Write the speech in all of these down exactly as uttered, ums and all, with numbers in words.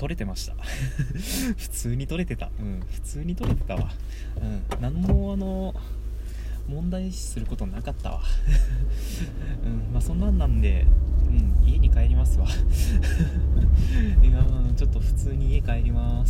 撮れてました普通に撮れてたうん普通に撮れてたわうん何もあの問題視することなかったわうんまあそんなんなんでうん家に帰りますわいやちょっと普通に家帰ります。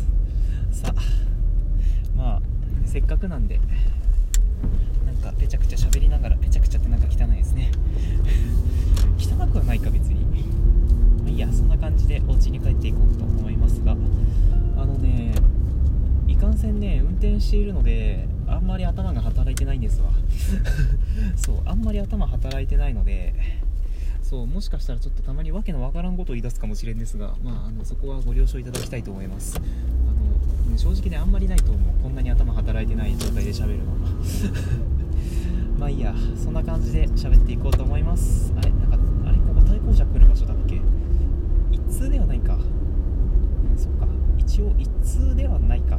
さあまあせっかくなんでなんかペチャクチャ喋りながら、ペチャクチャってなんか汚いですね汚くはないか別に、まあ、いいや、そんな感じでお家に帰っていこうと思いますが、あのねいかんせんね運転しているのであんまり頭が働いてないんですわそうあんまり頭働いてないので、そうもしかしたらちょっとたまにわけのわからんことを言い出すかもしれんですが、まあ、あのそこはご了承いただきたいと思います。あの、ね、正直ねあんまりないと思う、こんなに頭働いてない状態で喋るのまあいいや、そんな感じで喋っていこうと思います。あれなんかあれここ対向車来る場所だっけ。一通ではないか、うん、そっか一応一通ではないか。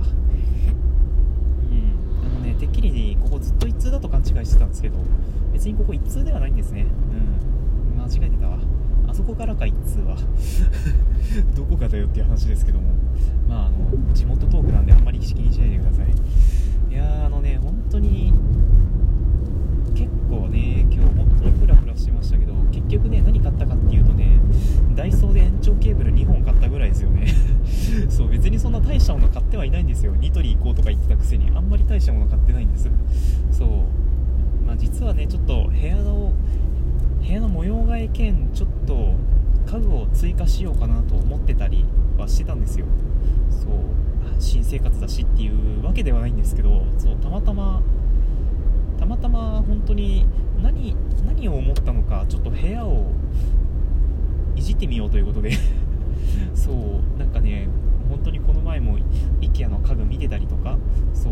うんあのねてっきりにここずっと一通だと勘違いしてたんですけど、別にここ一通ではないんですね。うん間違えてたわ。あそこからか一通はどこかだよっていう話ですけども、まああの地元トークなんであんまり意識にしないでください。いやーあのね本当に結構ね今日本当にフラフラしてましたけど、結局ね何買ったかっていうとね、ダイソーで延長ケーブルにほん買ったぐらいですよねそう別にそんな大したもの買ってはいないんですよ。ニトリ行こうとか言ってたくせにあんまり大したもの買ってないんです。そうまあ実はねちょっと部屋の部屋の模様替え兼ちょっと家具を追加しようかなと思ってたりはしてたんですよ。そう新生活だしっていうわけではないんですけど、そうたまたまたまたま本当に何何を思ったのか、ちょっと部屋をいじってみようということでそうなんかね本当にこの前も IKEA の家具見てたりとか、そう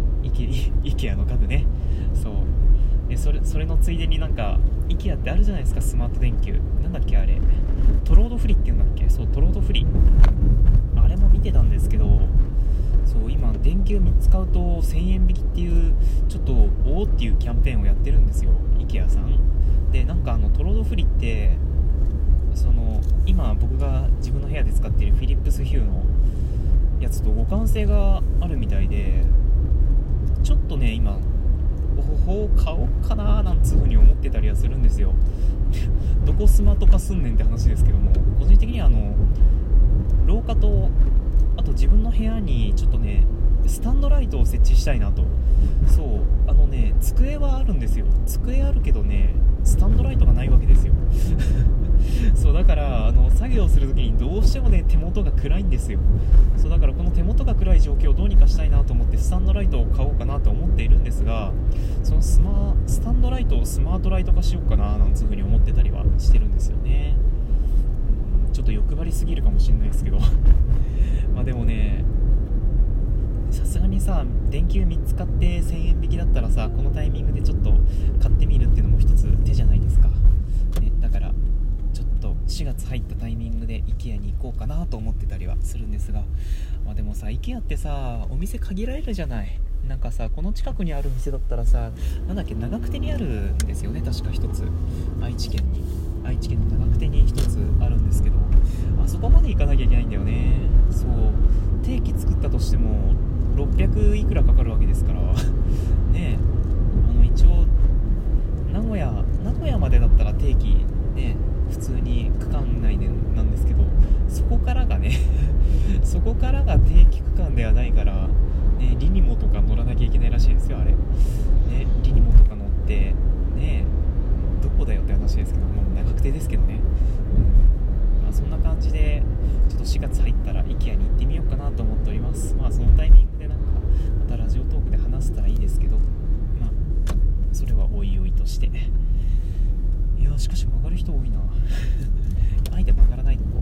IKEA の家具ね、そうでそれそれのついでになんか IKEA ってあるじゃないですか、スマート電球なんだっけあれ、トロードフリっていうんだっけ。そうトロードフリあれも見てたんですけど、そう今電球みっつ買うとせんえん引きっていうちょっとおおっていうキャンペーンをやってるんですよ IKEA さんで。なんかあのトロードフリってその今僕が自分の部屋で使っているフィリップスヒューのやつと互換性があるみたいで、ちょっとね今おほほ買おうかなーなんつう風に思ってたりはするんですよどこスマート化すんねんって話ですけども、個人的にはあの廊下とあと自分の部屋にちょっとねスタンドライトを設置したいなと。そうあのね机はあるんですよ、机あるけどねスタンドライトがないわけですよそうだからあの作業するときにどうしてもね手元が暗いんですよ。そうだからこの手元が暗い状況をどうにかしたいなと思ってスタンドライトを買おうかなと思っているんですが、そのスマスタンドライトをスマートライト化しようかななんつう風に思ってたりはしてるんですよね。うんちょっと欲張りすぎるかもしれないですけどまあでもねさすがにさ電球みっつ買ってせんえん引きだったらさ、このタイミングでちょっと買ってみるっていうのも一つ手じゃないですか、ね、だからちょっとしがつ入ったタイミングで IKEA に行こうかなと思ってたりはするんですが、まあ、でもさ IKEA ってさお店限られるじゃない。なんかさこの近くにある店だったらさなんだっけ長久手にあるんですよね確か一つ、愛知県に愛知県の長久手に一つあるんですけど、あそこまで行かなきゃいけないんだよね。そう定期作ったとしてもろっぴゃくいくらかかるわけですからねえ、あの一応名古屋名古屋までだったら定期ね普通に区間内でなんですけど、そこからがねそこからが定期区間ではないからね、リニモとか乗らなきゃいけないらしいですよあれね。リニモとか乗ってねどこだよって話ですけども、長久手ですけどね、うんまあ、そんな感じでちょっとしがつ入ったら IKEA に行ってみようかなと思っております。まあそのタイミングでなんかまたラジオトークで話せたらいいですけど、まあそれはおいおいとして、いやしかし曲がる人多いなあえて曲がらないとこ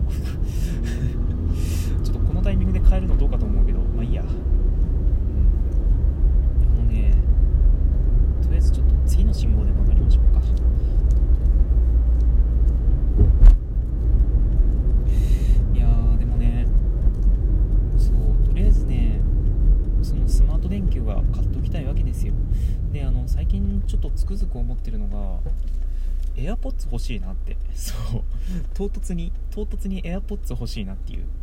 ちょっとこのタイミングで変えるのどうかと思うけど、まあいいや。あのねとりあえずちょっと次の信号で曲がりましょうか。いやーでもねそうとりあえずねそのスマート電球は買っておきたいわけですよ。であの最近ちょっとつくづく思ってるのがAirPods欲しいなって。そう唐突に唐突に AirPods 欲しいなっていう。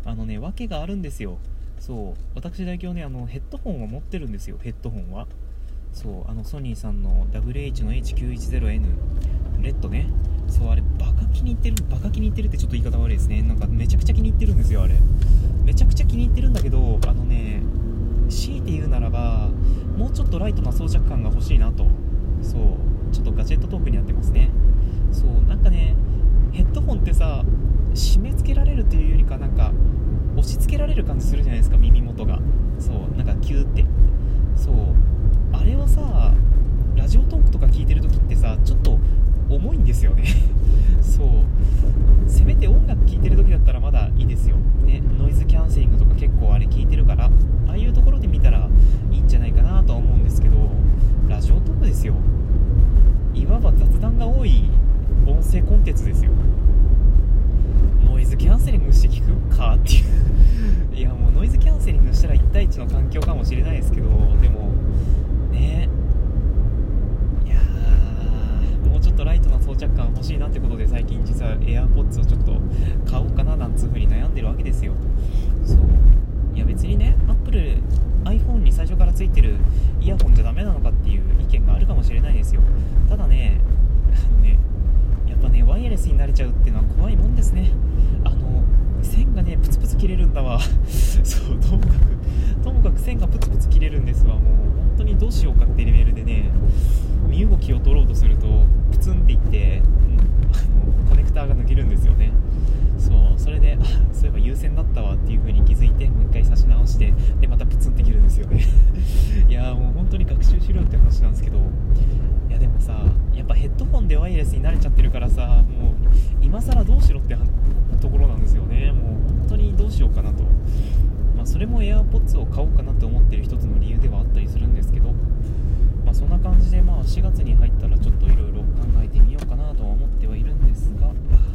あのね訳があるんですよ。そう私代表ねあのヘッドホンを持ってるんですよ。ヘッドホンはそうあのソニーさんの ダブリューエイチ の エイチきゅういちゼロエヌ レッドね。そうあれバカ気に入ってるバカ気に入ってるってちょっと言い方悪いですね。なんかめちゃくちゃ気に入ってるんですよ。あれめちゃくちゃ気に入ってるんだけど、あのね強いて言うならばもうちょっとライトな装着感が欲しいなと。そうちょっとガジェットトークになってますね。そうなんかねヘッドホンってさ締め付けられるというよりかなんか押し付けられる感じするじゃないですか、耳元が。そうなんかキューってそうあれをさラジオトークとか聞いてる時ってさちょっと重いんですよねそうせめて音楽聴いてる時だったらまだいいですよ、ね、ノイズキャンセリングとか結構あれ聞いてるからああいうところで見たらいいんじゃないかなとは思うんですけど、ラジオトークですよ。いわば雑談が多い音声コンテンツですよ。ノイズキャンセリングして聞くかっていういやもうノイズキャンセリングしたらいち対いちの環境かもしれないですけど、でもねいやーもうちょっとライトな装着感欲しいなってことで最近実は AirPods をちょっと買おうかななんつう風に悩んでるわけですよ。そういや別にね Apple iPhone に最初からついてるイヤホンじゃダメなのかっていう意見があるかもしれないですよ。ただねあのねやっぱねワイヤレスになれちゃうっていうのは怖いもんですね。あの線がねプツプツ切れるんだわそうともかくともかく線がプツプツ切れるんですわ。もう本当にどうしようかってレベルでね身動きを取ろうとするとプツンっていって、うん、あのコネクターが抜けるんですよね。そうそれであそういえば有線だったわっていう風に気づいてもう一回差し直してでまたプツンって切るんですよねいやーもう本当に学習しろよって話なんですけど、いやでもさやっぱヘッドホンでワイヤレスに慣れちゃってるからさもう今更どうしろってところなんですよね。もう本当にどうしようかなと、まあ、それも AirPods を買おうかなと思ってる一つの理由ではあったりするんですけど、まあ、そんな感じでまあしがつに入ったらちょっといろいろ考えてみようかなとは思ってはいるんですが、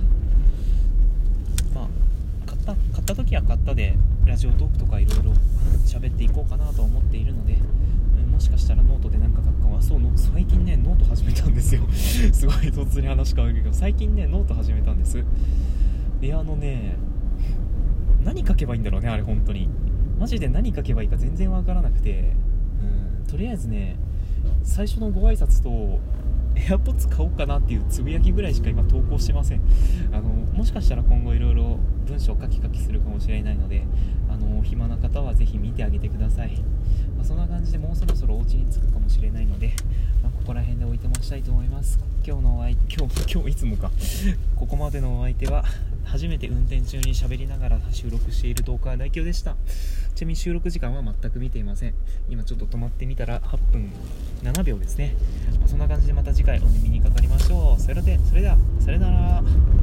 まあ買った買った時は買ったでラジオトークとかいろいろ喋っていこうかなと思っているので、もしかしたらノートで何か書くかはそうの最近ねノート始めたんですよすごい突然話変わるけど最近ねノート始めたんです。であのね何書けばいいんだろうねあれ本当にマジで何書けばいいか全然わからなくて、うん、とりあえずね最初のご挨拶と AirPods 買おうかなっていうつぶやきぐらいしか今投稿してません。あのもしかしたら今後いろいろ文章を書き書きするかもしれないので、あの暇な方はぜひ見てあげてください。まあ、そんな感じでもうそろそろお家に着くかもしれないので、まあ、ここら辺でおいてもしたいと思います。今日のお相手今日今日いつもかここまでのお相手は初めて運転中に喋りながら収録しているトーカー代表でした。ちなみに収録時間は全く見ていません。今ちょっと止まってみたらはっぷんななびょうですね。まあ、そんな感じでまた次回お耳にかかりましょう。それでそれではさよなら。